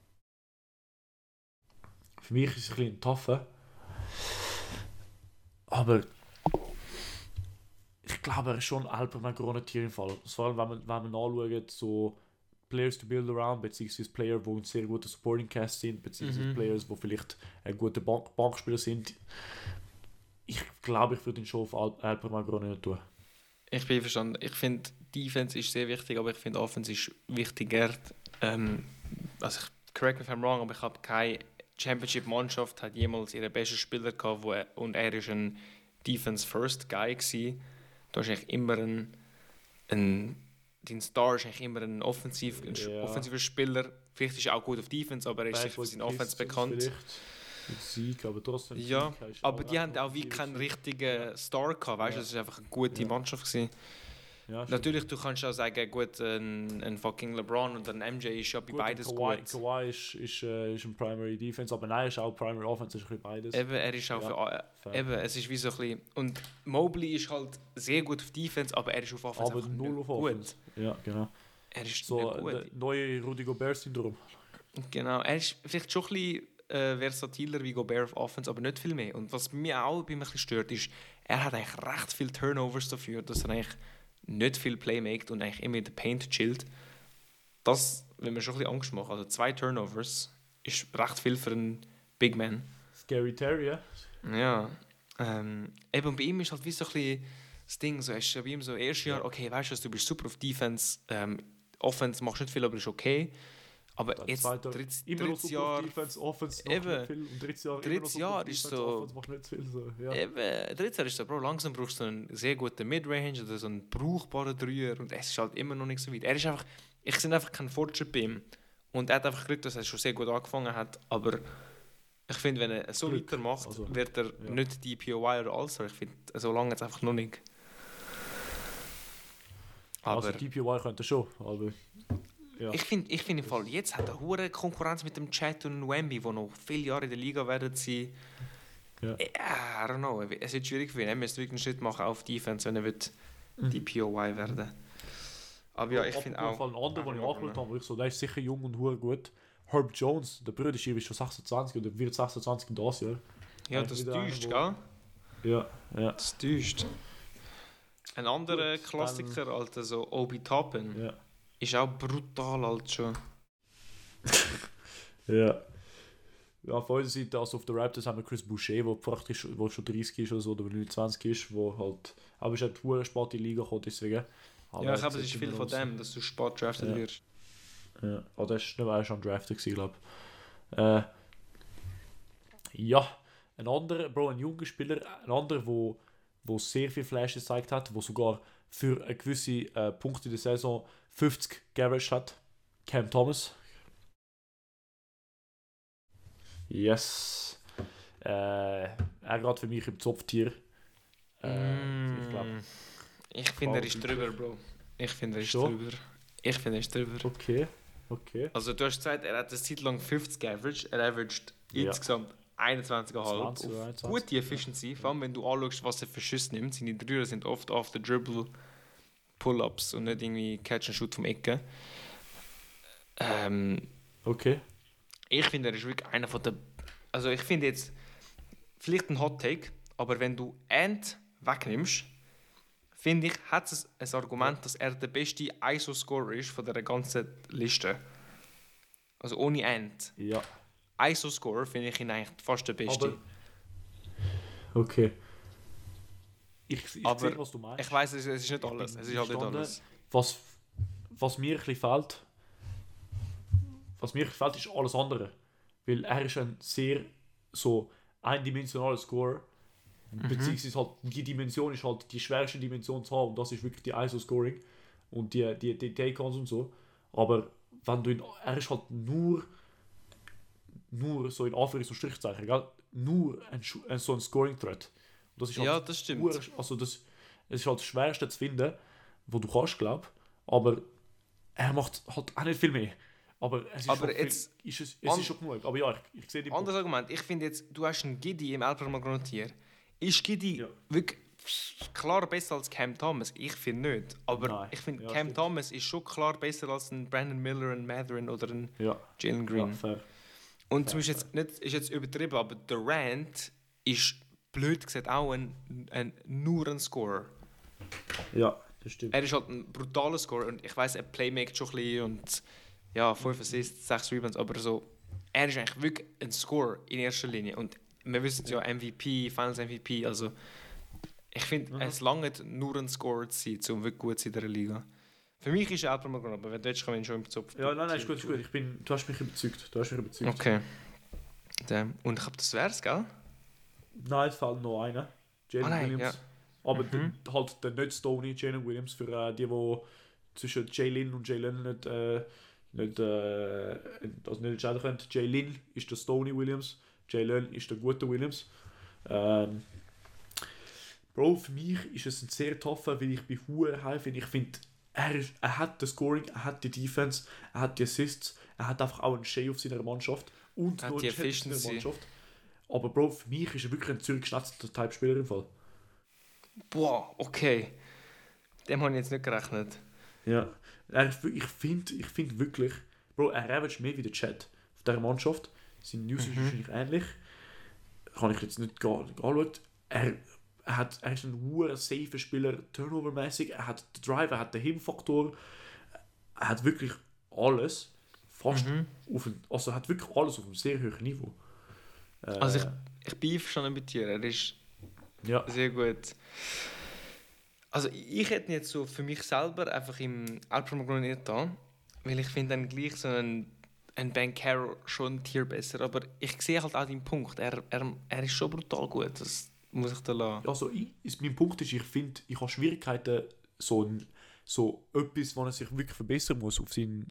für mich ist es ein bisschen tougher. Aber ich glaube, er ist schon ein Alper-Magrone-Tier im Fall. Vor allem, wenn man anschaut, so Players to build around, beziehungsweise Player, die ein sehr guter Supporting Cast sind, beziehungsweise Players, die vielleicht ein guter Bankspieler sind. Ich glaube, ich würde ihn schon auf Alper Magrone tun. Ich bin verstanden. Ich finde, Defense ist sehr wichtig, aber ich finde, Offense ist wichtiger. Also correct me if I'm wrong, aber ich habe keine Championship-Mannschaft hat jemals ihren besten Spieler gehabt, und er ist ein Defense-First-Guy gewesen. Du hast eigentlich immer dein Star ist eigentlich immer ein offensiver Spieler. Vielleicht ist er auch gut auf Defense, aber er ist sicher für seine Offense bekannt. Sieg, aber trotzdem. Ja, aber die haben auch wie keinen richtigen Star gehabt, weißt du, das war einfach eine gute Mannschaft gewesen. Ja, natürlich, du kannst auch sagen, gut, ein fucking LeBron und ein MJ ist ja bei beides gut. Kawhi ist ein Primary Defense, aber nein, ist auch Primary Offense, ist ein bisschen beides. Eben, er ist auch es ist wie so ein bisschen, und Mobley ist halt sehr gut auf Defense, aber er ist auf Offense aber null auf Offense. Ja, genau. Er ist so das neue Rudy Gobert-Syndrom. Genau, er ist vielleicht schon ein bisschen versatiler wie Gobert auf Offense, aber nicht viel mehr. Und was mich auch bei mir ein bisschen stört, ist, er hat eigentlich recht viele Turnovers dafür, dass er eigentlich nicht viel Play macht und eigentlich immer in der Paint chillt. Das will mir schon ein bisschen Angst machen. Also 2 Turnovers ist recht viel für einen Big Man. Scary Terry, Ja. Eben bei ihm ist halt wie so ein bisschen das Ding, so, hast du bei ihm so erstes Jahr, okay, weißt du, du bist super auf Defense, Offense machst nicht viel, aber ist okay. Aber Dann jetzt zweiter, immer noch drittes super auf Jahr, Defense, Offense noch eben, nicht viel. Und drittes Jahr immer noch drittes super auf Jahr ist Defense, so, Offense macht nicht viel. So. Ja. eben, drittes Jahr ist so, Bro, langsam brauchst du einen sehr guten Midrange oder so einen brauchbaren Dreier und es ist halt immer noch nicht so weit. Er ist einfach, ich sehe einfach keinen Fortschritt bei ihm. Und er hat einfach Glück, dass er schon sehr gut angefangen hat, aber ich finde, wenn er so Glück, weitermacht, also, wird er ja. nicht die POY oder All-Star. Ich finde, so lange jetzt einfach noch nicht. Aber Also DPY könnte schon, aber ja. ich finde im Fall, jetzt hat er hohe Konkurrenz mit dem Chat und Wemby, die noch viele Jahre in der Liga werden sein. Ja. I don't know, es wird schwierig für ihn. Er müsste wirklich einen Schritt machen auf Defense, wenn er wird die POY werden. Aber ja, ich finde auch... Ein anderer, den ich angeschaut habe, wo ich so, der ist sicher jung und hure gut. Herb Jones, der Bruder ist schon 26 oder wird 26 in das Jahr. Ja, das täuscht, gell? Ja, ja. Das täuscht. Ein anderer Gut, Klassiker, Alter, so Obi Toppin, Ja. ist auch brutal, halt schon. Ja. Ja, auf unserer Seite, also auf der Raptors haben wir Chris Boucher, der praktisch wo schon 30 ist oder so, oder 29 ist, wo halt, aber ist halt hure spät in die Liga gekommen, deswegen. Aber Ja, ich glaube, es jetzt ist viel von dem, dass du spät drafted Ja. wirst. Ja, oh, das war schon drafted, glaube ich. Ja, ein anderer, Bro, ein junger Spieler, ein anderer, wo sehr viel Flashes gezeigt hat, wo sogar für eine gewisse Punkte in der Saison 50 geaveraged hat. Cam Thomas. Yes. Er geht für mich im Top-Tier. Ich glaube. Ich finde, er ist drüber, Bro. Ich finde, er ist Schon? drüber. Ich finde, er ist drüber. Okay. Also, du hast gesagt, er hat eine Zeit lang 50 averaged. Er averaged Ja. insgesamt 21,5 20 oder auf 21. gute Efficiency. Vor allem, wenn du anschaust, was er für Schüsse nimmt. Seine Dreier sind oft auf der Dribble Pull-Ups und nicht irgendwie Catch-and-Shoot vom Ecke. Okay. Ich finde, er ist wirklich einer von der... Also ich finde jetzt, vielleicht ein Hot-Take, aber wenn du Ant wegnimmst, finde ich, hat es ein Argument, dass er der beste ISO-Scorer ist von der ganzen Liste. Also ohne Ant. Ja. ISO-Scorer finde ich ihn eigentlich fast der beste. Aber, okay. Ich sehe, was du meinst. Ich weiss, es ist nicht alles. Es ist halt nicht alles. Was mir ein bisschen fehlt, ist alles andere. Weil er ist ein sehr so eindimensionaler Scorer. Beziehungsweise halt, die Dimension ist halt die schwerste Dimension zu haben. Und das ist wirklich die ISO-Scoring. Und die Take-Ons und so. Aber wenn du er ist halt nur so in Anführungs- und Strichzeichen, gell? Nur so ein Scoring-Threat. Das ist halt Ja, das stimmt. Also es ist halt das Schwerste zu finden, wo du kannst, glaube ich. Aber er macht halt auch nicht viel mehr. Aber es ist, Aber schon, jetzt, es ist schon genug. Aber ja, ich sehe die anderes Argument. Ich finde jetzt, du hast einen Giddy im Elbermann-Grantier. Ist Giddy wirklich klar besser als Cam Thomas? Ich finde nicht. Aber Nein. ich finde, Ja, Cam stimmt. Thomas ist schon klar besser als ein Brandon Miller, ein Matherin oder ein Ja, Jalen Green. ja, fair. Und zum Beispiel jetzt, nicht, ist jetzt übertrieben, aber Durant ist blöd gesagt auch nur ein Scorer. Ja, das stimmt. Er ist halt ein brutaler Scorer und ich weiss, er playmaket schon ein bisschen und ja, 5 Assists, 6 Rebounds, aber so, er ist eigentlich wirklich ein Scorer in erster Linie und wir wissen ja, MVP, Finals MVP, also ich finde, es langt nur ein Scorer zu sein, um wirklich gut zu sein in der Liga. Für mich ist er Alpermagon, aber wenn du willst, kann ich ihn schon im Zopf. Ja, nein, ist gut. Du hast mich überzeugt. Okay. Und ich glaube, das wär's, gell? Nein, es fällt noch einer. Jalen Williams. Ja. Aber halt der nicht Stoney, Jalen Williams, für die zwischen Jalen und Jalen nicht entscheiden können. Jalen ist der Stoney Williams, Jalen ist der gute Williams. Bro, für mich ist es ein sehr tougher, weil ich bei Huren finde. Ich finde, er hat das Scoring, er hat die Defense, er hat die Assists, er hat einfach auch einen Shea auf seiner Mannschaft und Hat noch die einen Chat auf seiner Efficiency. Mannschaft. Aber Bro, für mich ist er wirklich ein zurückgeschnetzter Type-Spieler im Fall. Boah, okay. Dem habe ich jetzt nicht gerechnet. Ja, ich finde wirklich, Bro, er average mehr wie der Chat auf dieser Mannschaft. Sein Usage ist wahrscheinlich ähnlich. Kann ich jetzt nicht anschauen. Er ist ein hoher, safer Spieler, turnovermäßig. Er hat den Drive, er hat den Him-Faktor. Er hat wirklich alles. Er hat wirklich alles auf einem sehr hohen Niveau. Also Ich bin einverstanden mit dir, er ist sehr gut. Also ich hätte ihn jetzt so für mich selber einfach im All-Pro nicht getan, weil ich finde dann gleich so ein Ben Carroll schon ein Tier besser, aber ich sehe halt auch den Punkt, er ist schon brutal gut, das muss ich da lassen. Also, mein Punkt ist, ich finde, ich habe Schwierigkeiten, so etwas, wo er sich wirklich verbessern muss in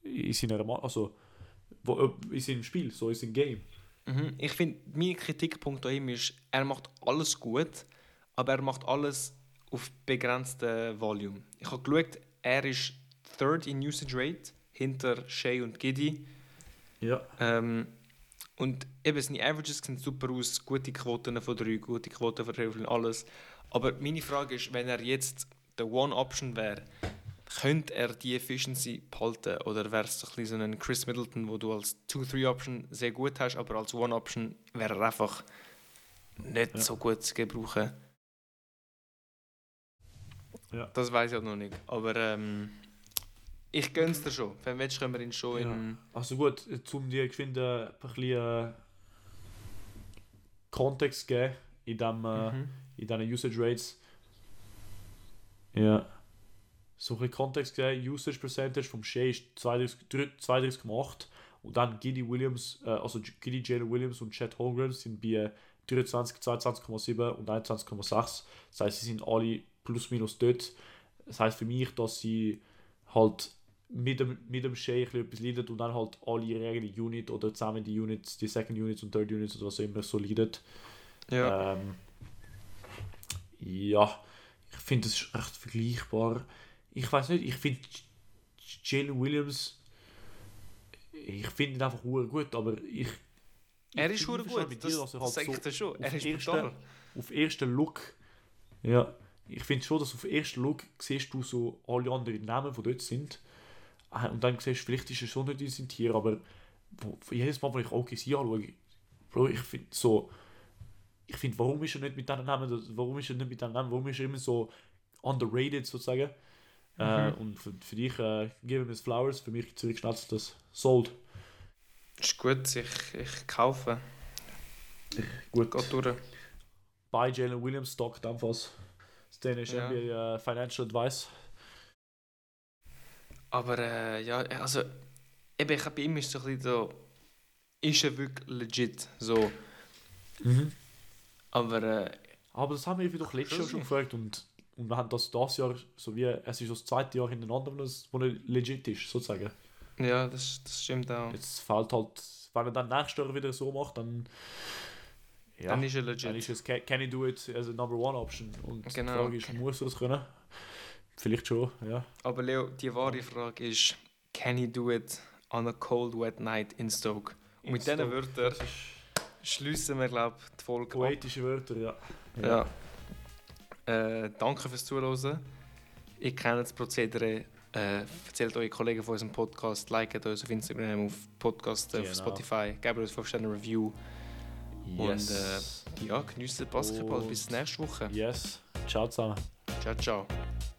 seinem Spiel, so in seinem Game. Ich finde, mein Kritikpunkt an ihm ist, er macht alles gut, aber er macht alles auf begrenztem Volume. Ich habe geschaut, er ist third in Usage Rate, hinter Shea und Giddey. Ja. Und eben, seine Averages sehen super aus, gute Quoten von 3, gute Quoten von 3 und alles. Aber meine Frage ist, wenn er jetzt der One-Option wäre, könnte er die Efficiency behalten? Oder wäre es so ein Chris Middleton, wo du als 2-3-Option sehr gut hast, aber als One-Option wäre er einfach nicht so gut zu gebrauchen? Ja. Das weiß ich halt noch nicht. Aber ich gönne es dir schon. Wenn du willst, können wir ihn schon in... Also gut, um dir ein bisschen Kontext zu geben in diesen Usage Rates. Ja. So ein bisschen Kontext geben, Usage Percentage vom Shea ist 32,8 und dann Giddey Jalen Williams und Chet Holmgren sind bei 23, 22,7 und 21,6. Das heisst, sie sind alle plus minus dort. Das heisst für mich, dass sie halt mit dem Shea etwas leiden und dann halt alle ihre eigene Unit oder zusammen die Units, die Second Units und Third Units oder was auch immer so leiden. Ja. Ja, ich finde, das ist recht vergleichbar. Ich weiß nicht, ich finde Jalen Williams, ich finde ihn einfach gut, aber er ist gut, das sage ich dir schon. Er ist brutal. Auf ersten Look, ja, ich finde schon, dass auf ersten Look siehst du so alle anderen Namen, die dort sind. Und dann siehst du, vielleicht ist er schon nicht in seinem Tier, aber jedes Mal, wenn ich OKC anschaue, Bro, ich finde, warum ist er nicht mit diesen Namen, warum ist er immer so underrated sozusagen? Und für dich, geben wir es Flowers, für mich zurückschnatzt das sold. Ist gut, ich kaufe. Gut. Geht durch. Bei Jalen Williams Stock ebenfalls. Das ist NBA Financial Advice. Aber ja, also eben, ich habe bei ihm ist so ein bisschen so, ist er wirklich legit, so. Aber das haben wir doch letztes Jahr schon gefragt und wir haben das Jahr, so wie, es ist das zweite Jahr hintereinander, wo er legit ist, sozusagen. Ja, das stimmt auch. Jetzt fällt halt, wenn er dann nächstes Jahr wieder so macht, dann ist er legit. Dann ist es, can he do it as a number one option? Und genau. Die Frage ist, muss er das können? Vielleicht schon, ja. Aber Leo, die wahre Frage ist, can he do it on a cold, wet night in Stoke? Und mit diesen Wörtern schliessen wir, glaube ich, die Folge ab. Poetische Wörter, ja. Danke fürs Zuhören. Ihr kennt das Prozedere. Erzählt eure Kollegen von unserem Podcast, liket uns auf Instagram, auf Podcast, auf Spotify, gebt uns 5-Sterne Review. Yes. Und genießt den Basketball. Bis nächste Woche. Yes. Ciao zusammen. Ciao, ciao.